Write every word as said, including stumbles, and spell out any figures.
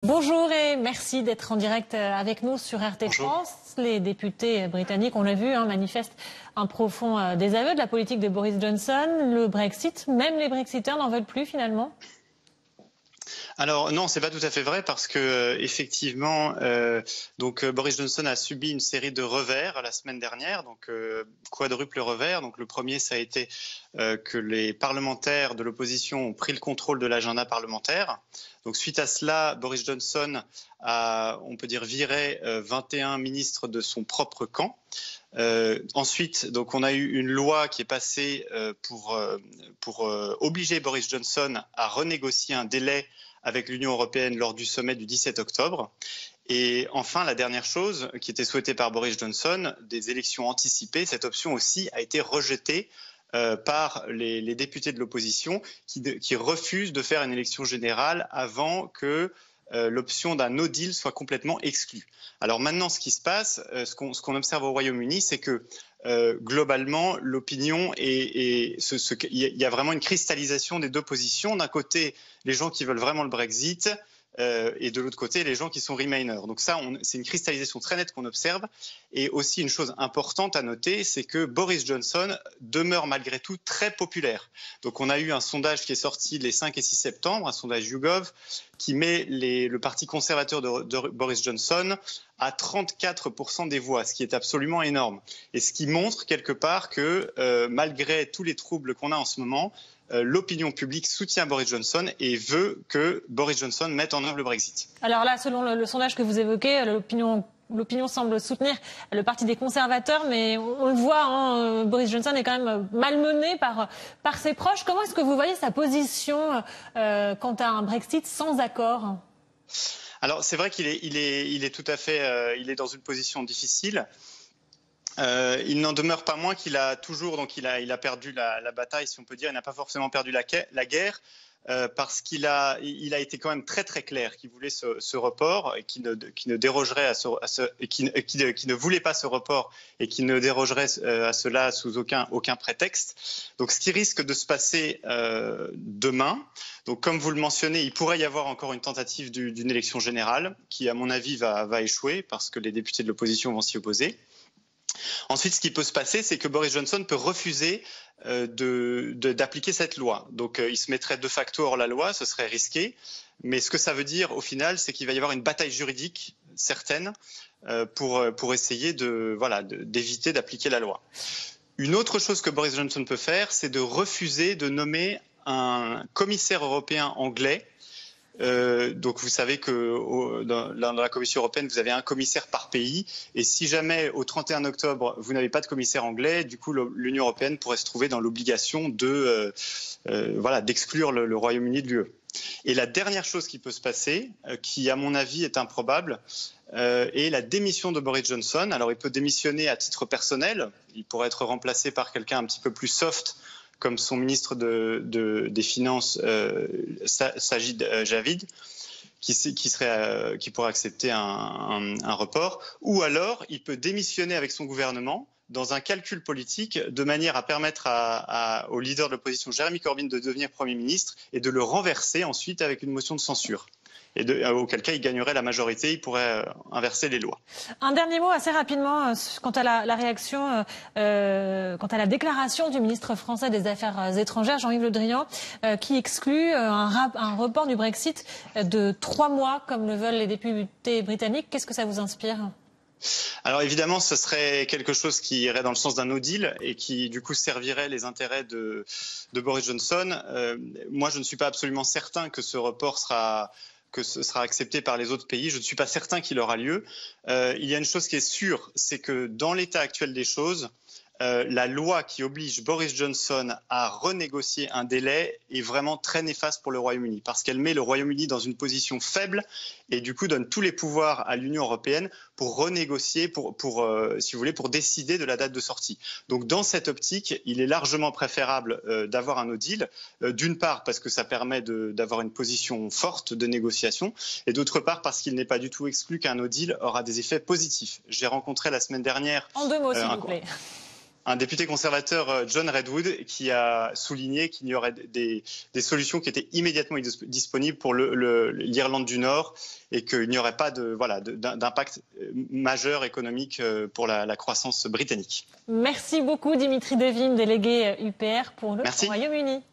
Bonjour et merci d'être en direct avec nous sur R T Bonjour. France. Les députés britanniques, on l'a vu, hein, manifestent un profond désaveu de la politique de Boris Johnson. Le Brexit, même les Brexiteurs n'en veulent plus finalement. Alors non, c'est pas tout à fait vrai parce que euh, effectivement, euh, donc euh, Boris Johnson a subi une série de revers la semaine dernière, donc euh, quadruple revers. Donc le premier, ça a été euh, que les parlementaires de l'opposition ont pris le contrôle de l'agenda parlementaire. Donc suite à cela, Boris Johnson a, on peut dire, viré euh, vingt et un ministres de son propre camp. Euh, ensuite, donc on a eu une loi qui est passée euh, pour euh, pour euh, obliger Boris Johnson à renégocier un délai avec l'Union européenne lors du sommet du dix-sept octobre. Et enfin, la dernière chose qui était souhaitée par Boris Johnson, des élections anticipées, cette option aussi a été rejetée euh, par les, les députés de l'opposition qui, de, qui refusent de faire une élection générale avant que euh, l'option d'un no deal soit complètement exclue. Alors maintenant, ce qui se passe, euh, ce qu'on, ce qu'on observe au Royaume-Uni, c'est que Euh, globalement, l'opinion est, est ce, ce, il y a vraiment une cristallisation des deux positions. D'un côté, les gens qui veulent vraiment le Brexit, euh, et de l'autre côté, les gens qui sont Remainers. Donc ça, on, c'est une cristallisation très nette qu'on observe. Et aussi, une chose importante à noter, c'est que Boris Johnson demeure malgré tout très populaire. Donc on a eu un sondage qui est sorti les cinq et six septembre, un sondage YouGov, qui met les, le parti conservateur de, de Boris Johnson à trente-quatre pour cent des voix, ce qui est absolument énorme. Et ce qui montre quelque part que euh, malgré tous les troubles qu'on a en ce moment, euh, l'opinion publique soutient Boris Johnson et veut que Boris Johnson mette en œuvre le Brexit. Alors là, selon le, le sondage que vous évoquez, l'opinion... L'opinion semble soutenir le parti des conservateurs, mais on le voit, hein, Boris Johnson est quand même malmené par, par ses proches. Comment est-ce que vous voyez sa position euh, quant à un Brexit sans accord ? Alors c'est vrai qu'il est, il est, il est tout à fait, euh, il est dans une position difficile. Euh, il n'en demeure pas moins qu'il a toujours, donc il a, il a perdu la, la bataille, si on peut dire. Il n'a pas forcément perdu la, la guerre. Euh, parce qu'il a, il a été quand même très très clair qu'il voulait ce, ce report et qu'il ne, qui ne dérogerait à ce, à ce et qui, qui, qui ne voulait pas ce report et qui ne dérogerait à cela sous aucun aucun prétexte. Donc, ce qui risque de se passer euh, demain. Donc, comme vous le mentionnez, il pourrait y avoir encore une tentative du, d'une élection générale qui, à mon avis, va, va échouer parce que les députés de l'opposition vont s'y opposer. Ensuite, ce qui peut se passer, c'est que Boris Johnson peut refuser euh, de, de, d'appliquer cette loi. Donc, euh, il se mettrait de facto hors la loi, ce serait risqué. Mais ce que ça veut dire, au final, c'est qu'il va y avoir une bataille juridique certaine euh, pour, pour essayer de, voilà, de, d'éviter d'appliquer la loi. Une autre chose que Boris Johnson peut faire, c'est de refuser de nommer un commissaire européen anglais. Euh, donc vous savez que au, dans, dans la Commission européenne, vous avez un commissaire par pays. Et si jamais au trente et un octobre, vous n'avez pas de commissaire anglais, du coup l'Union européenne pourrait se trouver dans l'obligation de, euh, euh, voilà, d'exclure le, le Royaume-Uni de l'U E. Et la dernière chose qui peut se passer, euh, qui à mon avis est improbable, euh, est la démission de Boris Johnson. Alors il peut démissionner à titre personnel, il pourrait être remplacé par quelqu'un un petit peu plus soft, comme son ministre de, de, des Finances, euh, Sajid Javid, qui, qui, serait, euh, qui pourrait accepter un, un, un report. Ou alors, il peut démissionner avec son gouvernement dans un calcul politique de manière à permettre à, à, au leader de l'opposition, Jeremy Corbyn, de devenir Premier ministre et de le renverser ensuite avec une motion de censure. Et de, auquel cas il gagnerait la majorité, il pourrait euh, inverser les lois. Un dernier mot assez rapidement euh, quant à la, la réaction, euh, quant à la déclaration du ministre français des Affaires étrangères, Jean-Yves Le Drian, euh, qui exclut euh, un, rap, un report du Brexit de trois mois, comme le veulent les députés britanniques. Qu'est-ce que ça vous inspire ? Alors évidemment, ce serait quelque chose qui irait dans le sens d'un no deal et qui du coup servirait les intérêts de, de Boris Johnson. Euh, moi, je ne suis pas absolument certain que ce report sera... que ce sera accepté par les autres pays. Je ne suis pas certain qu'il aura lieu. Euh, il y a une chose qui est sûre, c'est que dans l'état actuel des choses, euh, la loi qui oblige Boris Johnson à renégocier un délai est vraiment très néfaste pour le Royaume-Uni parce qu'elle met le Royaume-Uni dans une position faible et du coup donne tous les pouvoirs à l'Union européenne pour renégocier, pour, pour euh, si vous voulez, pour décider de la date de sortie. Donc dans cette optique, il est largement préférable euh, d'avoir un no deal, euh, d'une part parce que ça permet de, d'avoir une position forte de négociation et d'autre part parce qu'il n'est pas du tout exclu qu'un no deal aura des effets positifs. J'ai rencontré la semaine dernière... En deux mots, s'il euh, vous plaît. un député conservateur, John Redwood, qui a souligné qu'il y aurait des, des solutions qui étaient immédiatement disponibles pour l'Irlande du Nord et qu'il n'y aurait pas de, voilà, d'impact majeur économique pour la, la croissance britannique. Merci beaucoup Dimitri Devine, délégué U P R pour le Royaume-Uni.